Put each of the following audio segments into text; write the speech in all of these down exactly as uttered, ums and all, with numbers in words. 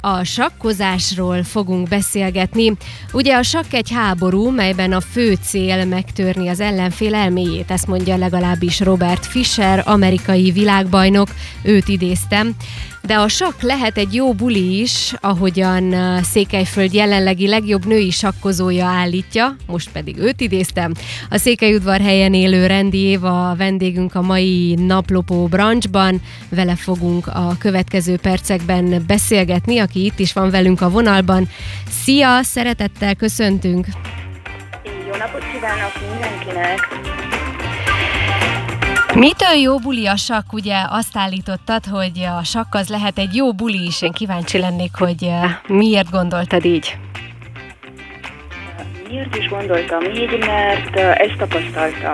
A sakkozásról fogunk beszélgetni. Ugye a sakk egy háború, melyben a fő cél megtörni az ellenfél elméjét, ezt mondja legalábbis Robert Fischer, amerikai világbajnok, őt idéztem. De a sakk lehet egy jó buli is, ahogyan Székelyföld jelenlegi legjobb női sakkozója állítja, most pedig őt idéztem. A Székelyudvarhelyen élő Rendi Éva a vendégünk a mai Naplopó branchban, vele fogunk a következő percekben beszélgetni, aki itt is van velünk a vonalban. Szia, szeretettel köszöntünk! Jó napot kívánok mindenkinek! Mitől jó buli a sakk? Ugye azt állítottad, hogy a sakk az lehet egy jó buli is. Én kíváncsi lennék, hogy miért gondoltad így? Miért is gondoltam így, mert ezt tapasztaltam.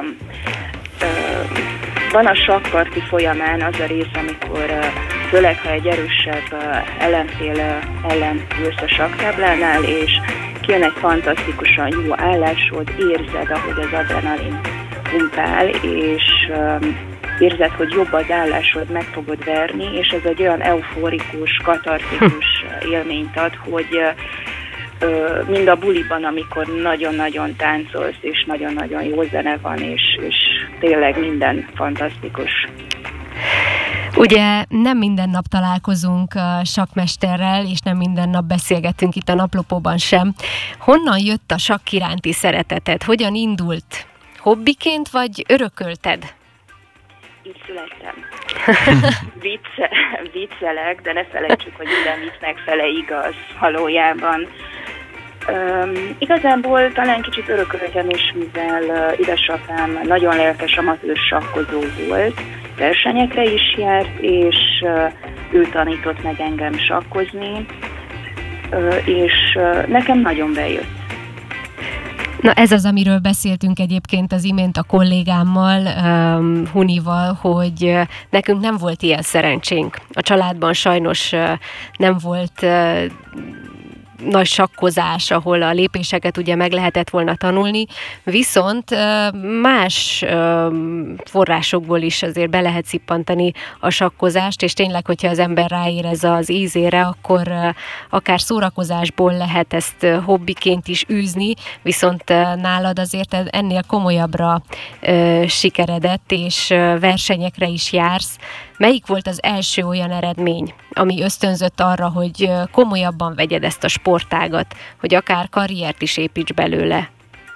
Van a sakkparti folyamán az a rész, amikor főleg, ha egy erősebb ellenfél ellen ülsz a sakktáblánál, és kijön egy fantasztikusan jó állásod, érzed, ahogy az adrenalin pumpál, és um, érzed, hogy jobb az állásod, meg fogod verni, és ez egy olyan euforikus, katartikus élményt ad, hogy uh, mind a buliban, amikor nagyon-nagyon táncolsz, és nagyon-nagyon jó zene van, és, és tényleg minden fantasztikus. Ugye nem minden nap találkozunk a sakkmesterrel, és nem minden nap beszélgetünk itt a Naplopóban sem. Honnan jött a sakk iránti szereteted? Hogyan indult? Hobbiként, vagy örökölted? Így születtem. Vicce, viccelek, de ne felejtsük, hogy minden viccnek fele igaz valójában. Um, igazából talán kicsit örököltem is, mivel uh, édesapám nagyon lelkes amatőr sakkozó volt, versenyekre is járt, és uh, ő tanított meg engem sakkozni, uh, és uh, nekem nagyon bejött. Na ez az, amiről beszéltünk egyébként az imént a kollégámmal, um, Hunival, hogy uh, nekünk nem volt ilyen szerencsénk. A családban sajnos uh, nem volt uh, nagy sakkozás, ahol a lépéseket ugye meg lehetett volna tanulni, viszont más forrásokból is azért be lehet szippantani a sakkozást, és tényleg, hogyha az ember ráérez az ízére, akkor akár szórakozásból lehet ezt hobbiként is űzni, viszont nálad azért ennél komolyabbra sikeredett, és versenyekre is jársz. Melyik volt az első olyan eredmény, ami ösztönzött arra, hogy komolyabban vegyed ezt a sportágat, hogy akár karriert is építs belőle?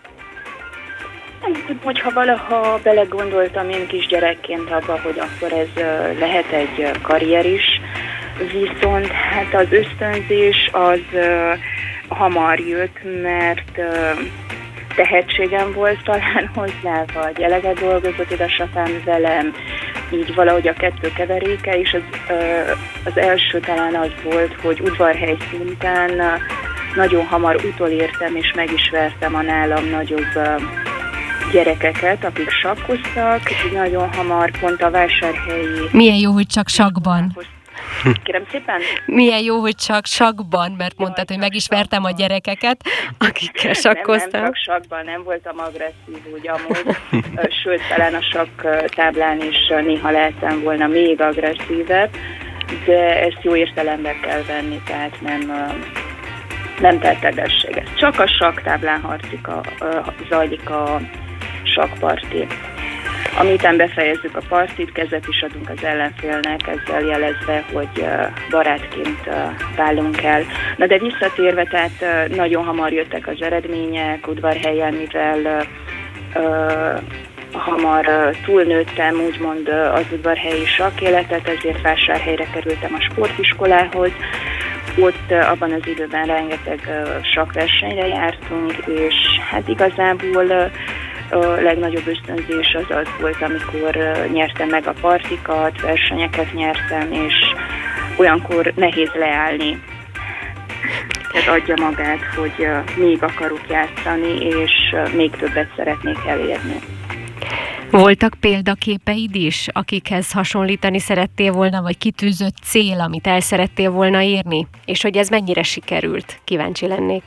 Nem tudom, hogyha valaha belegondoltam én kisgyerekként abba, hogy akkor ez lehet egy karrier is, viszont hát az ösztönzés az hamar jött, mert tehetségem volt talán hozzá, vagy eleget dolgozott édesapám velem, így valahogy a kettő keveréke, és az, az első talán az volt, hogy udvarhely szinten nagyon hamar utolértem, és meg is vertem a nálam nagyobb gyerekeket, akik sakkoztak, így nagyon hamar pont a vásárhelyi... Milyen jó, hogy csak sakkban. Kérem szépen? Milyen jó, hogy csak sakkban, mert mondtad, hogy meg is vertem a gyerekeket, akikkel sakkoztam. Nem, nem, csak sakkban, nem voltam agresszív úgy amúgy, sőt, talán a sakk táblán is néha lehetem volna még agresszívebb, de ezt jó értelemben kell venni, tehát nem, nem teltedesség. Ez csak a sakk táblán harcik a, a, zajlik a sakkparti. Amiután befejezzük a partit, kezet is adunk az ellenfélnek, ezzel jelezve, hogy barátként válunk el. Na de visszatérve, tehát nagyon hamar jöttek az eredmények, udvarhelyen, mivel uh, hamar túlnőttem, úgymond az udvarhelyi sakkéletet, ezért vásárhelyre kerültem a sportiskolához. Ott abban az időben rengeteg sakkversenyre jártunk, és hát igazából a legnagyobb ösztönzés az az volt, amikor nyertem meg a partikat, versenyeket nyertem, és olyankor nehéz leállni. Tehát adja magát, hogy még akarok játszani, és még többet szeretnék elérni. Voltak példaképeid is, akikhez hasonlítani szerettél volna, vagy kitűzött cél, amit el szerettél volna érni? És hogy ez mennyire sikerült? Kíváncsi lennék.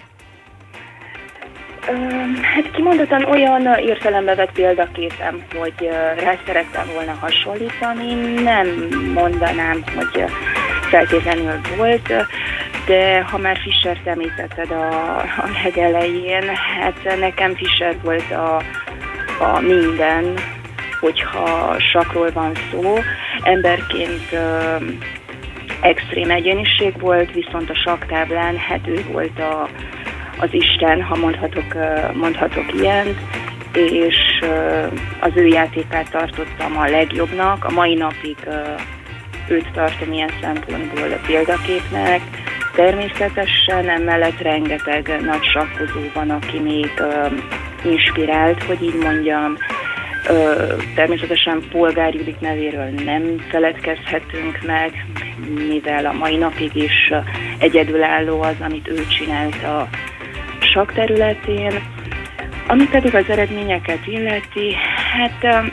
Hát kimondottan olyan értelembe vett példaképem, hogy rá szerettem volna hasonlítani, nem mondanám, hogy feltétlenül volt. De ha már Fischert említetted a, a legelején, hát nekem Fischer volt a, a minden, hogyha sakkról van szó. Emberként ö, extrém egyéniség volt, viszont a sakktáblán hát ő volt a, az Isten, ha mondhatok, mondhatok ilyent, és ö, az ő játékát tartottam a legjobbnak. A mai napig ö, őt tartom ilyen szempontból a példaképnek. Természetesen emellett rengeteg nagy sakkozó van, aki még ö, inspirált, hogy így mondjam. Ö, természetesen Polgár Judit nevéről nem feledkezhetünk meg, mivel a mai napig is egyedülálló az, amit ő csinált a sakk területén. Ami pedig az eredményeket illeti, hát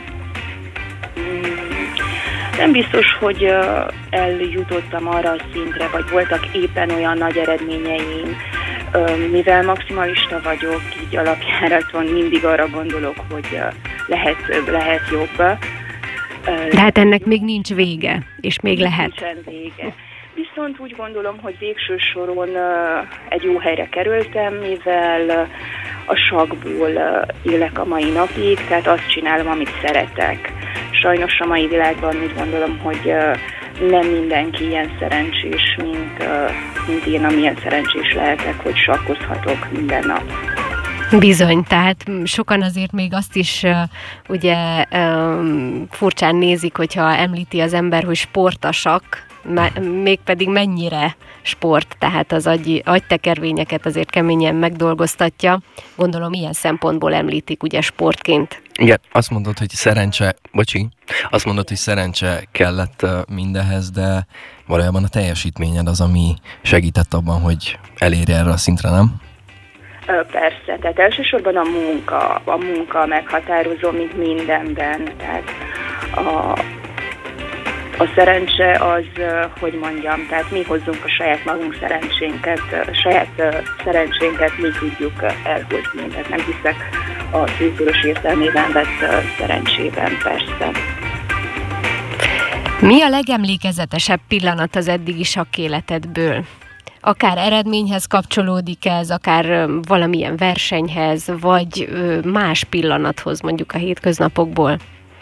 nem biztos, hogy eljutottam arra a szintre, vagy voltak éppen olyan nagy eredményeim, mivel maximalista vagyok, így alapjáraton mindig arra gondolok, hogy lehet több, lehet jobb. De hát ennek még nincs vége, és még lehet. Nincsen vége. Viszont úgy gondolom, hogy végső soron egy jó helyre kerültem, mivel a sakkból élek a mai napig, tehát azt csinálom, amit szeretek. Sajnos a mai világban úgy gondolom, hogy nem mindenki ilyen szerencsés, mint, mint én, amilyen szerencsés lehetek, hogy sakkozhatok minden nap. Bizony, tehát sokan azért még azt is uh, ugye um, furcsán nézik, hogyha említi az ember, hogy sport a sakk, mégpedig mennyire sport, tehát az agy, agytekervényeket azért keményen megdolgoztatja. Gondolom ilyen szempontból említik ugye sportként. Igen, azt mondod, hogy szerencse, bocsi, azt mondod, hogy szerencse kellett mindehez, de valójában a teljesítményed az, ami segített abban, hogy elérj erre a szintre, nem? Persze, tehát elsősorban a munka, a munka meghatározó, mint mindenben, tehát a A szerencse az, hogy mondjam, tehát mi hozzunk a saját magunk szerencsénket, a saját szerencsénket mi tudjuk elhozni, tehát nem hiszek a szűkös értelmében vett szerencsében, persze. Mi a legemlékezetesebb pillanat az eddigi sakk életedből? Akár eredményhez kapcsolódik ez, akár valamilyen versenyhez, vagy más pillanathoz mondjuk a hétköznapokból?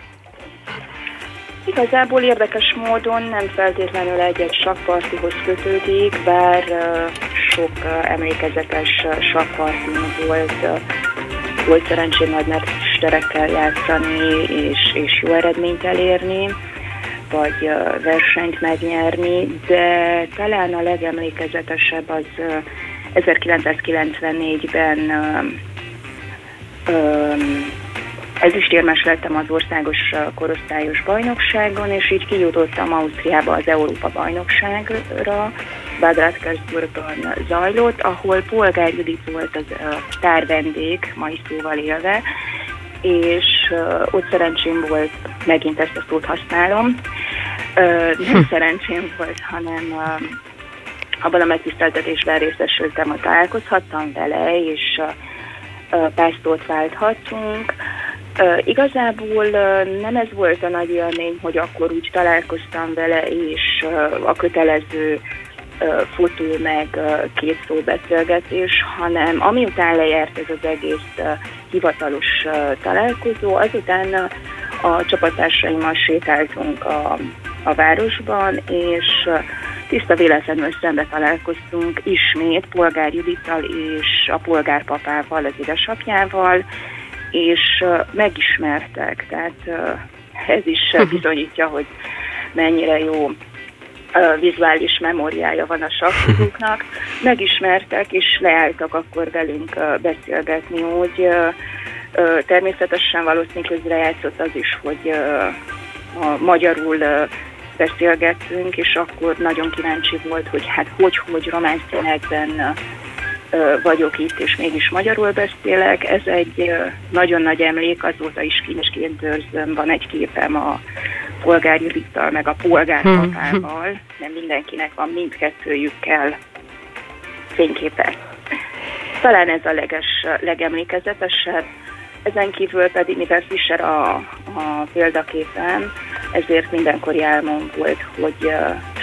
Igazából érdekes módon nem feltétlenül egy-egy sakkpartihoz kötődik, bár uh, sok uh, emlékezetes uh, sakkpartin volt, uh, volt szerencsém nagy mesterekkel játszani és, és jó eredményt elérni, vagy uh, versenyt megnyerni, de talán a legemlékezetesebb az uh, ezerkilencszázkilencvennégyben uh, um, ezüstérmes lettem az országos korosztályos bajnokságon, és így kijutottam Ausztriába az Európa-bajnokságra, Bad Radkersburgban zajlott, ahol Polgár Judit volt az sztár vendég, mai szóval élve, és ott szerencsém volt, megint ezt a szót használom, nem szerencsém volt, hanem abban a megtiszteltetésben részesültem, hogy találkozhattam vele, és pár szót válthattunk. Uh, igazából uh, nem ez volt a nagy élmény, hogy akkor úgy találkoztam vele, és uh, a kötelező uh, fotó meg uh, két szó beszélgetés, hanem amiután lejárt ez az egész uh, hivatalos uh, találkozó, azután uh, a csapattársaimmal sétáltunk a, a városban, és uh, tiszta véletlenül szembe találkoztunk ismét Polgár Judittal és a polgárpapával, az édesapjával, és uh, megismertek, tehát uh, ez is uh, bizonyítja, hogy mennyire jó uh, vizuális memóriája van a sakkozóknak. Megismertek, és leálltak akkor velünk uh, beszélgetni, úgy uh, uh, természetesen valószínűleg közrejátszott az is, hogy uh, a magyarul uh, beszélgettünk, és akkor nagyon kíváncsi volt, hogy hát hogy-hogy román színekben uh, vagyok itt, és mégis magyarul beszélek. Ez egy nagyon nagy emlék, azóta is kincsként őrzöm, van egy képem a Polgár Judittal, meg a polgárpapával, nem mindenkinek van mindkettőjükkel fényképe. Talán ez a leges, legemlékezetesebb. Ezen kívül pedig, mivel Fischer a, a példaképem, ezért mindenkori álmom volt, hogy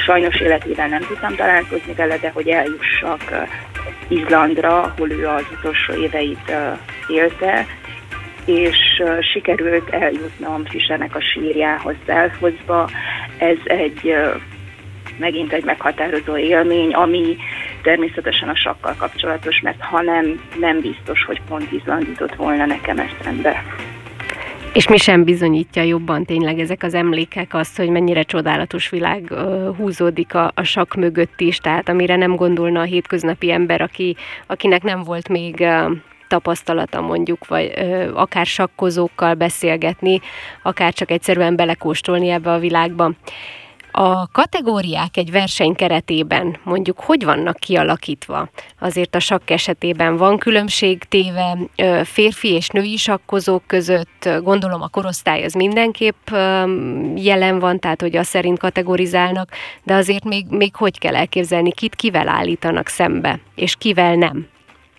sajnos életében nem tudtam találkozni vele, de hogy eljussak Izlandra, ahol ő az utolsó éveit élte, és sikerült eljutnom Fischernek a sírjához Delfosba. Ez egy megint egy meghatározó élmény, ami természetesen a sakkal kapcsolatos, mert ha nem, nem biztos, hogy pont Izland jutott volna nekem eszembe. És mi sem bizonyítja jobban tényleg ezek az emlékek azt, hogy mennyire csodálatos világ uh, húzódik a, a sakk mögött is, tehát amire nem gondolna a hétköznapi ember, aki, akinek nem volt még uh, tapasztalata mondjuk, vagy ö, akár sakkozókkal beszélgetni, akár csak egyszerűen belekóstolni ebbe a világba. A kategóriák egy verseny keretében mondjuk hogy vannak kialakítva? Azért a sakk esetében van különbség téve ö, férfi és női sakkozók között, gondolom a korosztály az mindenképp ö, jelen van, tehát hogy azt szerint kategorizálnak, de azért még, még hogy kell elképzelni, kit kivel állítanak szembe, és kivel nem?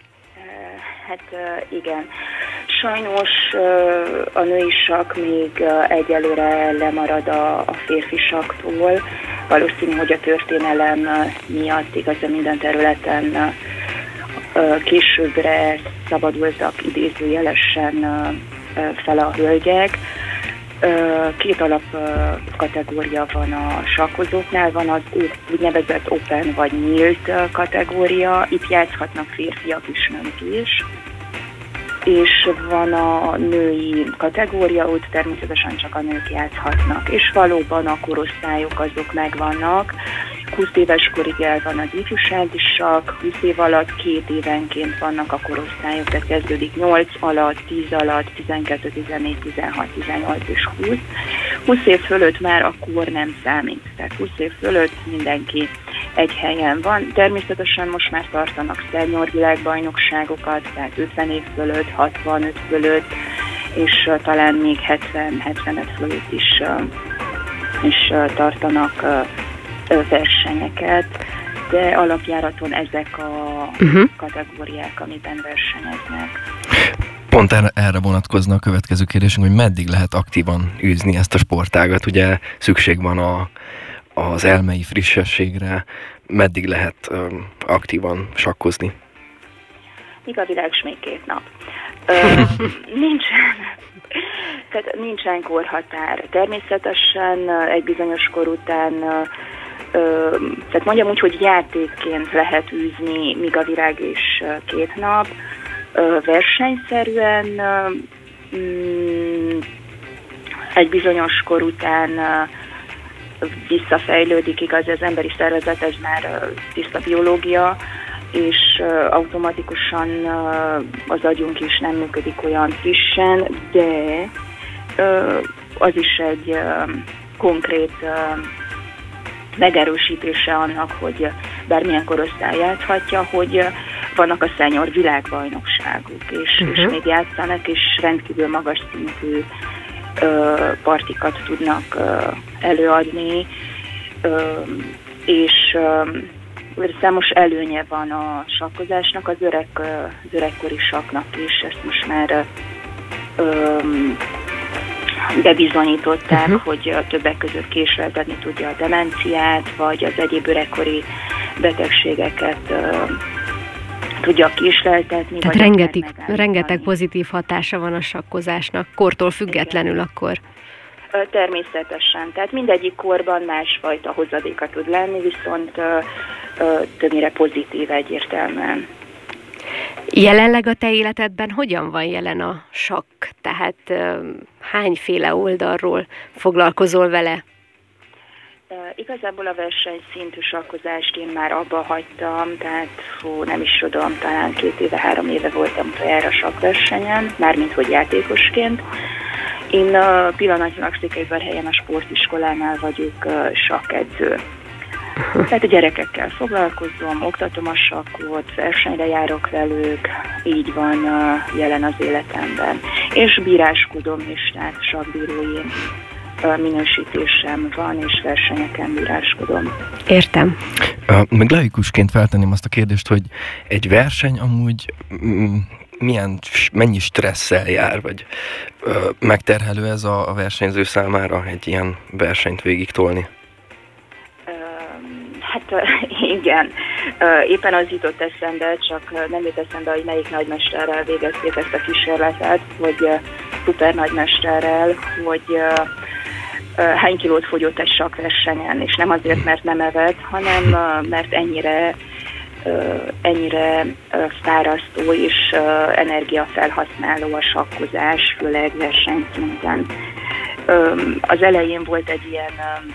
Hát igen, sajnos a női sakk még egyelőre lemarad a, a férfi sakktól. Valószínű, hogy a történelem miatt igaz, minden területen későbbre szabadultak idézőjelesen fel a hölgyek. Két alap kategória van a sakkozóknál, van az úgynevezett open vagy nyílt kategória, itt játszhatnak férfiak és nők is, és van a női kategória, ott természetesen csak a nők játszhatnak, és valóban a korosztályok azok megvannak. húsz éves korig el van az ifjúsági sakk, húsz év alatt két évenként vannak a korosztályok, tehát kezdődik nyolc alatt, tíz alatt, tizenkettő, tizennégy, tizenhat, tizennyolc és húsz. húsz év fölött már a kor nem számít, tehát húsz év fölött mindenki egy helyen van. Természetesen most már tartanak senior világbajnokságokat, tehát ötven év fölött, hatvanöt fölött, és uh, talán még hetven hetvenöt fölött is, uh, is uh, tartanak uh, versenyeket, de alapjáraton ezek a uh-huh. kategóriák, amiben versenyeznek. Pont erre, erre vonatkozna a következő kérdésünk, hogy meddig lehet aktívan űzni ezt a sportágat. Ugye szükség van a, az elmei frissességre, meddig lehet um, aktívan sakkozni? Igazilag még két nap. Ö, nincsen, tehát nincsen korhatár. Természetesen egy bizonyos kor után, ö, tehát mondjam úgy, hogy játékként lehet űzni míg a virág és két nap. Ö, versenyszerűen ö, egy bizonyos kor után ö, visszafejlődik, igaz, az emberi szervezet, ez már ö, tiszta biológia, és uh, automatikusan uh, az agyunk is nem működik olyan frissen, de uh, az is egy uh, konkrét uh, megerősítése annak, hogy bármilyen korosztály játszhatja, hogy uh, vannak a senior világbajnokságok, és, uh-huh. és még játszanak, és rendkívül magas szintű uh, partikat tudnak uh, előadni, uh, és uh, számos előnye van a sakkozásnak, az, öreg, az öregkori sakknak is, ezt most már öm, bebizonyították, uh-huh. hogy többek között késleltetni tudja a demenciát, vagy az egyéb öregkori betegségeket öm, tudja késleltetni. Tehát rengeteg, rengeteg pozitív hatása van a sakkozásnak, kortól függetlenül. Igen. Akkor. Természetesen, tehát mindegyik korban másfajta hozadéka tud lenni, viszont ö, ö, többnyire pozitív egyértelműen. Jelenleg a te életedben hogyan van jelen a sakk? Tehát ö, hányféle oldalról foglalkozol vele? Uh, igazából a versenyszintű sakkozást én már abba hagytam, tehát hú, nem is tudom, talán két éve, három éve voltam utoljára sakkversenyen, mármint hogy játékosként. Én uh, pillanatnyilag Székelyudvarhelyen a sportiskolánál vagyok uh, sakkedző. Tehát a gyerekekkel foglalkozom, oktatom a sakkot, versenyre járok velük, így van uh, jelen az életemben. És bíráskodom is, tehát sakkbírói uh, minősítésem van, és versenyeken bíráskodom. Értem. Uh, meg laikusként feltenném azt a kérdést, hogy egy verseny amúgy... Mm, milyen, mennyi stresszel jár, vagy ö, megterhelő ez a, a versenyző számára egy ilyen versenyt végig tolni? Hát igen, éppen az jutott eszembe, csak nem jut eszembe, hogy melyik nagymesterrel végezték ezt a kísérletet, hogy szuper nagymesterrel, hogy hány kilót fogyott egy sakkversenyen, és nem azért, mert nem evett, hanem mert ennyire, ennyire fárasztó és energiafelhasználó a sakkozás, főleg versenyszinten. Az elején volt egy ilyen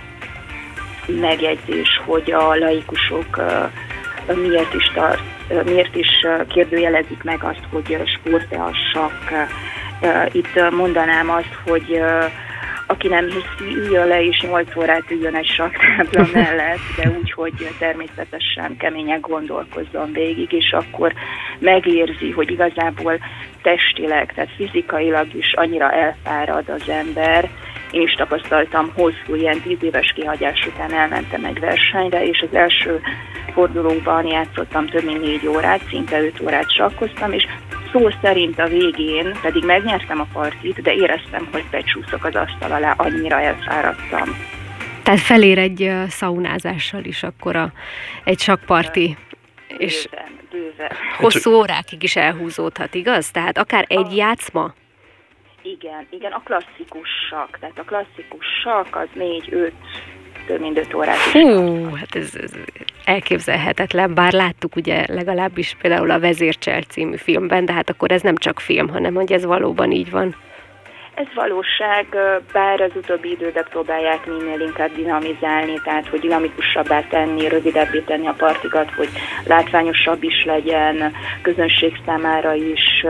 megjegyzés, hogy a laikusok miért is, tart, miért is kérdőjelezik meg azt, hogy sport-e a sakk. Itt mondanám azt, hogy aki nem hiszi, üljön le és nyolc órát üljön egy sakktábla mellett, de úgy, hogy természetesen keményen gondolkozzon végig, és akkor megérzi, hogy igazából testileg, tehát fizikailag is annyira elfárad az ember. Én is tapasztaltam, hosszú, ilyen tíz éves kihagyás után elmentem egy versenyre, és az első fordulóban játszottam több mint négy órát, szinte öt órát sakkoztam, és szó szerint a végén pedig megnyertem a partit, de éreztem, hogy becsúszok az asztal alá, annyira elfáradtam. Tehát felér egy uh, szaunázással is akkor a, egy sakkparti. És bőven, bőven. Hosszú órákig is elhúzódhat, igaz? Tehát akár egy a... játszma? Igen, igen, a klasszikus sakk, tehát a klasszikus sakk az négy-öt, több mint öt órát is. Hú, hát ez, ez elképzelhetetlen, bár láttuk ugye legalábbis például a Vezércsel című filmben, de hát akkor ez nem csak film, hanem hogy ez valóban így van. Ez valóság, bár az utóbbi időben próbálják minél inkább dinamizálni, tehát hogy dinamikusabbá tenni, rövidebbé tenni a partikat, hogy látványosabb is legyen, közönség számára is,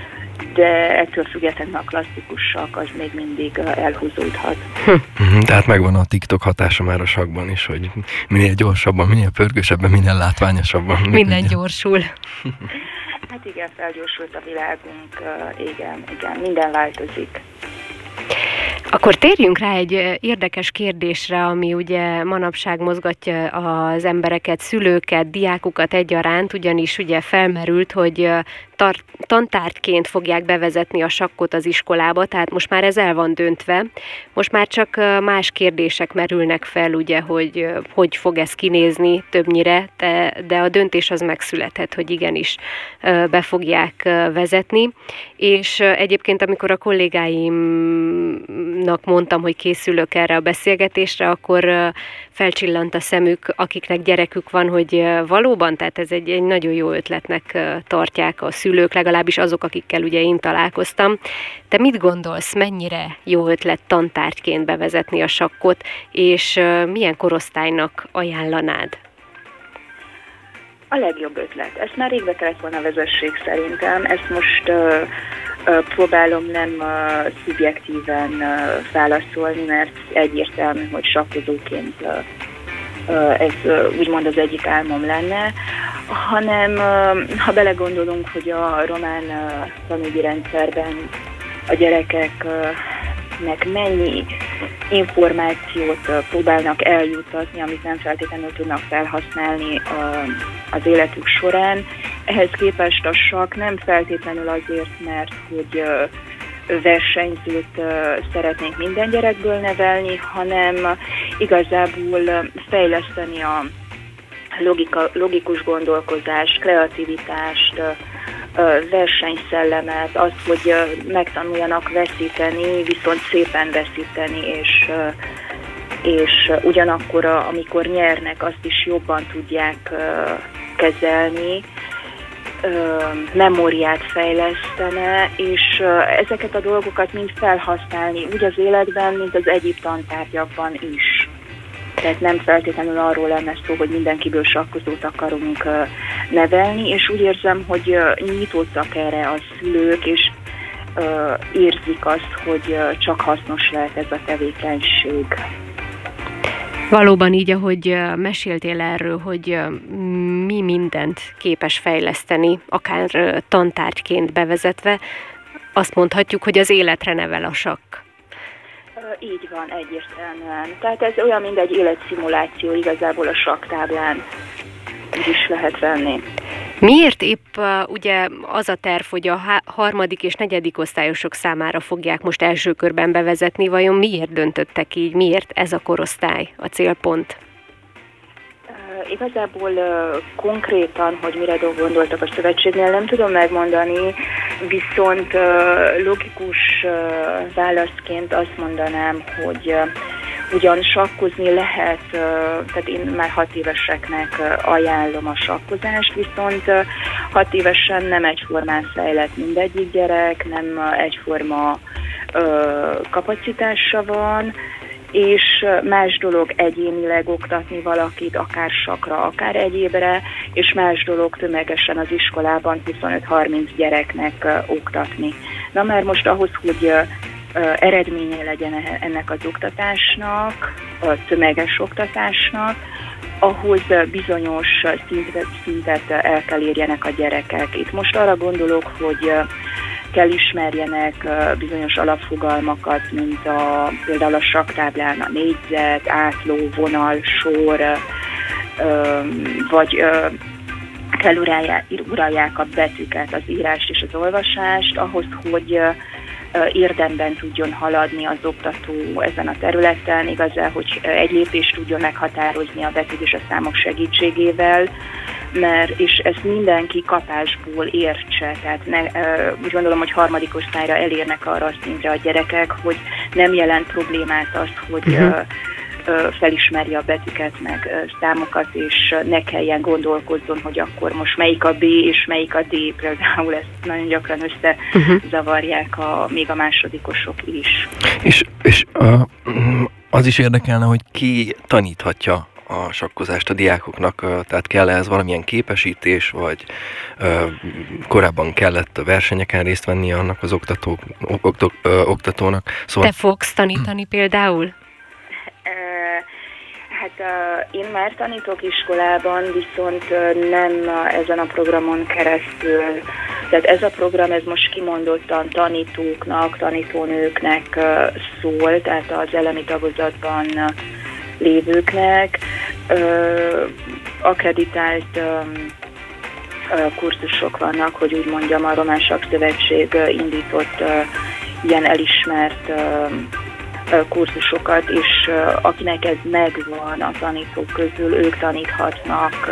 de ettől függetlenül a klasszikus sakk az még mindig elhúzódhat. Hm. Tehát megvan a TikTok hatása már a sakkban is, hogy minél gyorsabban, minél pörgősebben, minél látványosabban. Minden gyorsul. Hát igen, felgyorsult a világunk, igen, igen, minden változik. Akkor térjünk rá egy érdekes kérdésre, ami ugye manapság mozgatja az embereket, szülőket, diákokat egyaránt, ugyanis ugye felmerült, hogy tar- tantárgyként fogják bevezetni a sakkot az iskolába, tehát most már ez el van döntve. Most már csak más kérdések merülnek fel, ugye, hogy hogy fog ez kinézni többnyire, de, de a döntés az megszületett, hogy igenis be fogják vezetni. És egyébként, amikor a kollégáimnak mondtam, hogy készülök erre a beszélgetésre, akkor felcsillant a szemük, akiknek gyerekük van, hogy valóban, tehát ez egy, egy nagyon jó ötletnek tartják a szülők, legalábbis azok, akikkel ugye én találkoztam. Te mit gondolsz, mennyire jó ötlet tantárgyként bevezetni a sakkot, és milyen korosztálynak ajánlanád? A legjobb ötlet. Ezt már régbe kellett volna vezessék szerintem. Ezt most uh, uh, próbálom nem uh, szubjektíven uh, válaszolni, mert egyértelmű, hogy sakkozóként uh, uh, ez uh, úgymond az egyik álmom lenne, hanem uh, ha belegondolunk, hogy a román uh, tanügyi rendszerben a gyerekek uh, nek mennyi információt próbálnak eljutatni, amit nem feltétlenül tudnak felhasználni az életük során. Ehhez képest a sakk nem feltétlenül azért, mert hogy versenyzőt szeretnénk minden gyerekből nevelni, hanem igazából fejleszteni a logika, logikus gondolkozást, kreativitást, versenyszellemet, azt, hogy megtanuljanak veszíteni, viszont szépen veszíteni, és, és ugyanakkor, amikor nyernek, azt is jobban tudják kezelni, memóriát fejlesztene, és ezeket a dolgokat mind felhasználni úgy az életben, mint az egyéb tantárgyakban is. Tehát nem feltétlenül arról lenne szó, hogy mindenkiből sakkozót akarunk nevelni, és úgy érzem, hogy nyitottak erre a szülők, és érzik azt, hogy csak hasznos lehet ez a tevékenység. Valóban így, ahogy meséltél erről, hogy mi mindent képes fejleszteni, akár tantárgyként bevezetve, azt mondhatjuk, hogy az életre nevel a sakk. Így van, egyértelműen. Tehát ez olyan, mint egy életszimuláció igazából a sakktáblán. Így is lehet venni. Miért épp uh, ugye az a terv, hogy a há- harmadik és negyedik osztályosok számára fogják most első körben bevezetni, vajon miért döntöttek így, miért ez a korosztály a célpont? Igazából uh, konkrétan, hogy mire gondoltak a szövetségnél, nem tudom megmondani, viszont uh, logikus uh, válaszként azt mondanám, hogy uh, ugyan sakkozni lehet, uh, tehát én már hat éveseknek uh, ajánlom a sakkozást, viszont uh, hat évesen nem egyformán fejlett mindegyik gyerek, nem uh, egyforma uh, kapacitása van, és más dolog egyénileg oktatni valakit, akár sakra, akár egyébre, és más dolog tömegesen az iskolában huszonöt-harminc gyereknek uh, oktatni. Na már most ahhoz, hogy uh, uh, eredménye legyen ennek az oktatásnak, a tömeges oktatásnak, ahhoz uh, bizonyos szintet, szintet uh, el kell érjenek a gyerekek. Itt most arra gondolok, hogy uh, kell ismerjenek bizonyos alapfogalmakat, mint a, például a sakktáblán a négyzet, átló, vonal, sor, vagy kell uralják a betűket, az írást és az olvasást, ahhoz, hogy érdemben tudjon haladni az oktató ezen a területen, igazán, hogy egy lépést tudjon meghatározni a betűk és a számok segítségével, mert és ezt mindenki kapásból értse, tehát ne, úgy gondolom, hogy harmadik osztályra elérnek arra a szintre a gyerekek, hogy nem jelent problémát az, hogy uh-huh. felismerje a betűket, meg számokat, és ne kelljen gondolkozzon, hogy akkor most melyik a B és melyik a D, például ezt nagyon gyakran összezavarják a, még a másodikosok is. És, és az is érdekelne, hogy ki taníthatja a sakkozást a diákoknak, tehát kell ez valamilyen képesítés, vagy ö, korábban kellett a versenyeken részt venni annak az oktató, oktató, ö, oktatónak. Szóval... Te fogsz tanítani például? Hát én már tanítok iskolában, viszont nem ezen a programon keresztül. Tehát ez a program, ez most kimondottan tanítóknak, tanítónőknek szól, tehát az elemi tagozatban lévőknek, akkreditált kurzusok vannak, hogy úgy mondjam, a Román Sakkszövetség indított ilyen elismert kurzusokat, és akinek ez megvan a tanítók közül, ők taníthatnak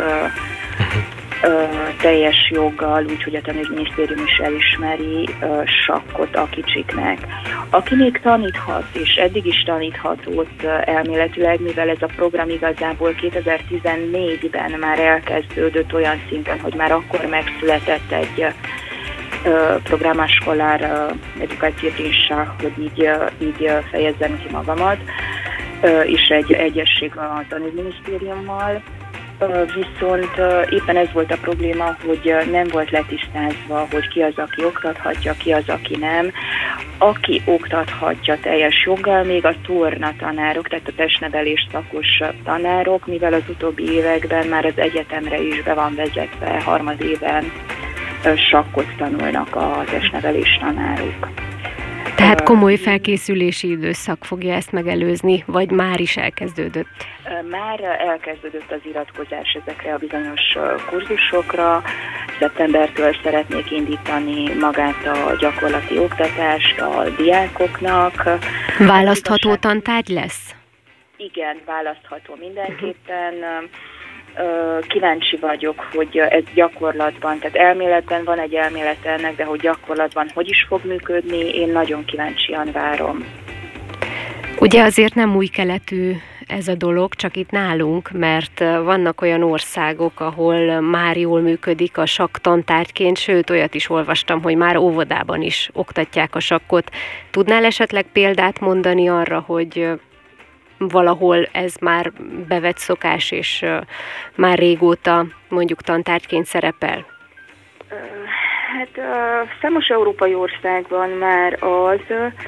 teljes joggal, úgyhogy a Tanügyminisztérium is elismeri sakkot a kicsiknek. Aki még taníthat, és eddig is taníthatott elméletileg, mivel ez a program igazából kétezer-tizennégyben már elkezdődött olyan szinten, hogy már akkor megszületett egy Programa Školar Edukacije Priša, hogy így, így fejezzem ki magamat, és egy egyesség a Tanügyminisztériummal. Viszont éppen ez volt a probléma, hogy nem volt letisztázva, hogy ki az, aki oktathatja, ki az, aki nem. Aki oktathatja teljes joggal, még a torna tanárok, tehát a testnevelés szakos tanárok, mivel az utóbbi években már az egyetemre is be van vezetve, harmadéven sakkot tanulnak a testnevelés tanárok. Tehát komoly felkészülési időszak fogja ezt megelőzni, vagy már is elkezdődött? Már elkezdődött az iratkozás ezekre a bizonyos kurzusokra. Szeptembertől szeretnék indítani magát a gyakorlati oktatást a diákoknak. Választható tantárgy lesz? Igen, választható mindenképpen. Kíváncsi vagyok, hogy ez gyakorlatban, tehát elméletben van egy elmélet ennek, de hogy gyakorlatban hogy is fog működni, én nagyon kíváncsian várom. Ugye azért nem új keletű ez a dolog, csak itt nálunk, mert vannak olyan országok, ahol már jól működik a sakk tantárgyként, sőt, olyat is olvastam, hogy már óvodában is oktatják a sakkot. Tudnál esetleg példát mondani arra, hogy valahol ez már bevett szokás, és már régóta mondjuk tantárgyként szerepel? Hát számos európai országban már az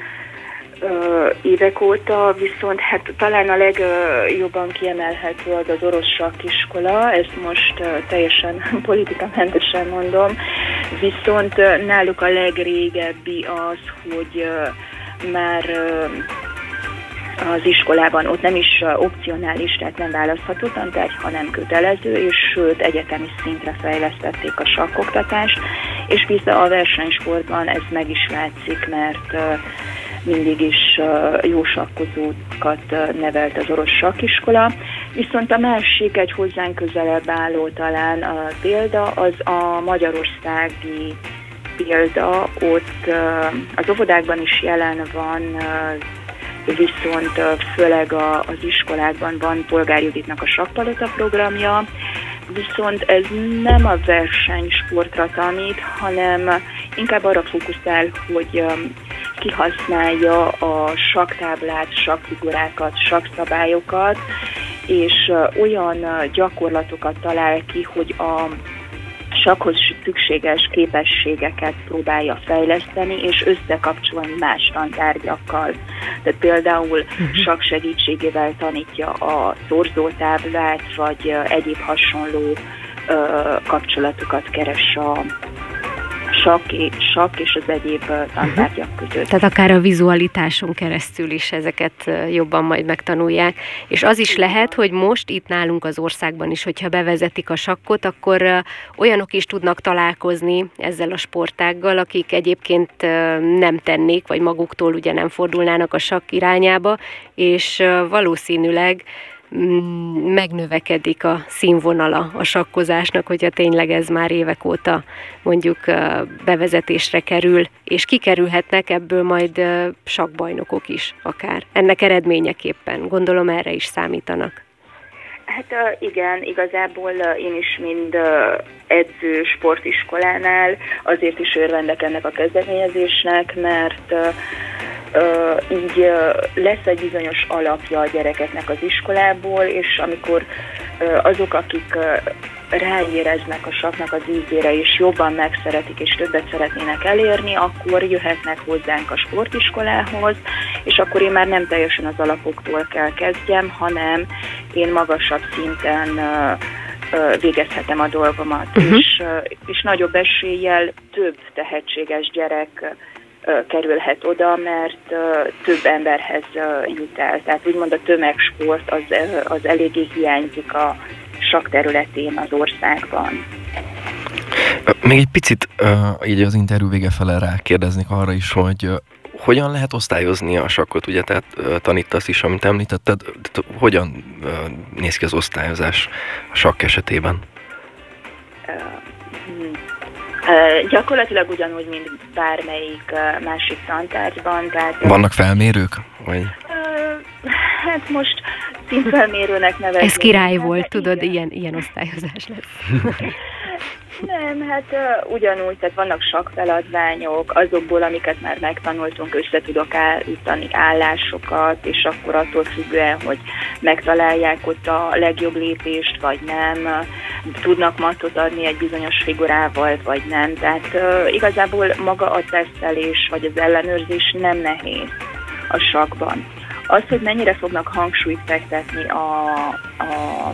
évek óta, viszont hát talán a legjobban kiemelhető az az orosz sakkiskola, ezt most teljesen politikamentesen mondom, viszont náluk a legrégebbi az, hogy már az iskolában ott nem is opcionális, tehát nem választható tantárgy, hanem kötelező, és sőt egyetemi szintre fejlesztették a sakkoktatást, és vissza a versenysportban ez meg is látszik, mert mindig is jó sakkozókat nevelt az orosz sakkiskola. Viszont a másik, egy hozzánk közelebb álló talán a példa, az a magyarországi példa. Ott az óvodákban is jelen van, viszont főleg az iskolákban van Polgár Juditnak a sakkpalota programja, viszont ez nem a versenysportra tanít, hanem inkább arra fókuszál, hogy kihasználja a sakktáblát, sakkfigurákat, sakszabályokat, és olyan gyakorlatokat talál ki, hogy a sakkhoz szükséges képességeket próbálja fejleszteni, és összekapcsolni más tantárgyakkal. Tehát például uh-huh. sakk segítségével tanítja a szorzótáblát, vagy egyéb hasonló uh, kapcsolatokat keres a sakk, sakk és az egyéb tantárgyak között. Tehát akár a vizualitáson keresztül is ezeket jobban majd megtanulják. És az is lehet, hogy most itt nálunk az országban is, hogyha bevezetik a sakkot, akkor olyanok is tudnak találkozni ezzel a sportággal, akik egyébként nem tennék, vagy maguktól ugye nem fordulnának a sakk irányába, és valószínűleg megnövekedik a színvonala a sakkozásnak, hogyha tényleg ez már évek óta mondjuk bevezetésre kerül, és kikerülhetnek ebből majd sakkbajnokok is akár. Ennek eredményeképpen, gondolom erre is számítanak. Hát igen, igazából én is mind edző sportiskolánál azért is örvendek ennek a kezdeményezésnek, mert Uh, így uh, lesz egy bizonyos alapja a gyerekeknek az iskolából, és amikor uh, azok, akik uh, ráéreznek a sakknak az ízére, és jobban megszeretik, és többet szeretnének elérni, akkor jöhetnek hozzánk a sportiskolához, és akkor én már nem teljesen az alapoktól kell kezdjem, hanem én magasabb szinten uh, végezhetem a dolgomat, uh-huh. és, uh, és nagyobb eséllyel több tehetséges gyerek kerülhet oda, mert uh, több emberhez uh, jut el. Tehát úgymond a tömegsport az, uh, az eléggé hiányzik a sakk területén az országban. Még egy picit uh, így az interjú vége fele rákérdeznék arra is, hogy uh, hogyan lehet osztályozni a sakkot, ugye, tehát uh, tanítasz is, amit említetted, hogyan uh, néz ki az osztályozás a sakk esetében? Uh, hmm. Uh, gyakorlatilag ugyanúgy, mint bármelyik uh, másik tantárgyban. Tehát, vannak felmérők? Vagy? Uh, hát most színfelmérőnek nevezni. Ez király volt, tudod, ilyen, ilyen osztályozás lesz. Nem, hát uh, ugyanúgy, tehát vannak sakkfeladványok, azokból, amiket már megtanultunk, össze tudok állítani állásokat, és akkor attól függően, hogy megtalálják ott a legjobb lépést, vagy nem, tudnak mattot adni egy bizonyos figurával, vagy nem. Tehát uh, igazából maga a tesztelés, vagy az ellenőrzés nem nehéz a sakkban. Az, hogy mennyire fognak hangsúlyt fektetni a, a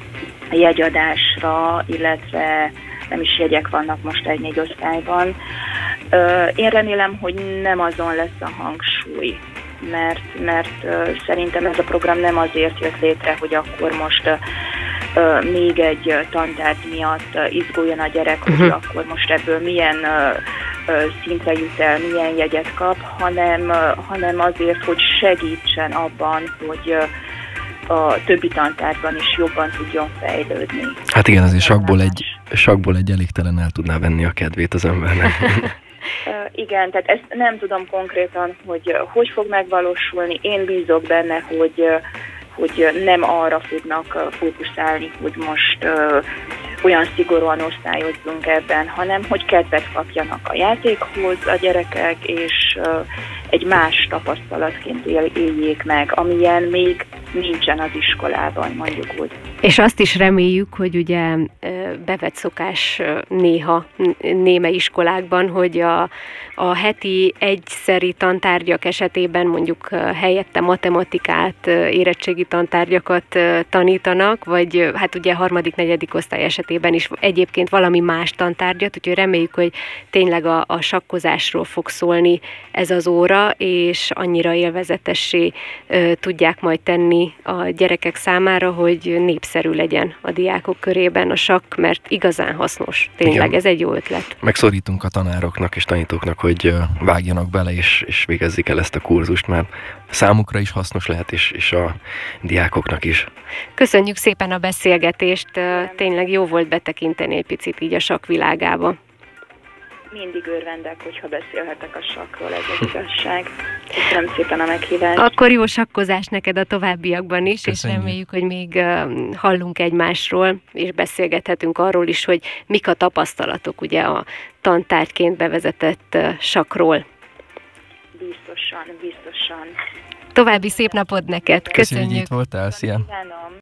jegyadásra, illetve nem is jegyek vannak most egy-négy osztályban. Én remélem, hogy nem azon lesz a hangsúly, mert, mert szerintem ez a program nem azért jött létre, hogy akkor most még egy tantárgy miatt izguljon a gyerek, hogy uh-huh. akkor most ebből milyen szintre jut el, milyen jegyet kap, hanem, hanem azért, hogy segítsen abban, hogy a többi tantárgyban is jobban tudjon fejlődni. Hát igen, azért sakkból egy, sakkból egy elégtelen el tudná venni a kedvét az embernek. Uh, igen, tehát ezt nem tudom konkrétan, hogy uh, hogy fog megvalósulni. Én bízok benne, hogy, uh, hogy nem arra fognak uh, fókuszálni, hogy most uh, olyan szigorúan osztályozzunk ebben, hanem hogy kedvet kapjanak a játékhoz a gyerekek, és uh, egy más tapasztalatként él, éljék meg, amilyen még nincsen az iskolában, mondjuk úgy. És azt is reméljük, hogy ugye bevett szokás néha néme iskolákban, hogy a, a heti egyszeri tantárgyak esetében mondjuk helyette matematikát, érettségi tantárgyakat tanítanak, vagy hát ugye harmadik, negyedik osztály esetében is egyébként valami más tantárgyat, úgyhogy reméljük, hogy tényleg a, a sakkozásról fog szólni ez az óra, és annyira élvezetessé tudják majd tenni a gyerekek számára, hogy népszerű népszerű legyen a diákok körében a sakk, mert igazán hasznos. Tényleg, igen. Ez egy jó ötlet. Megszorítunk a tanároknak és tanítóknak, hogy vágjanak bele és, és végezzék el ezt a kurzust, mert számukra is hasznos lehet, és, és a diákoknak is. Köszönjük szépen a beszélgetést, tényleg jó volt betekinteni egy picit így a sakk világába. Mindig örvendek, hogyha beszélhetek a sakkról, ez az igazság. Köszönöm szépen a meghívást. Akkor jó sakkozás neked a továbbiakban is, Köszönjük. És reméljük, hogy még hallunk egymásról, és beszélgethetünk arról is, hogy mik a tapasztalatok ugye a tantárgyként bevezetett sakkról. Biztosan, biztosan. További szép napod neked. Köszönjük, Köszönjük. hogy itt voltál. Szia! Kívánom.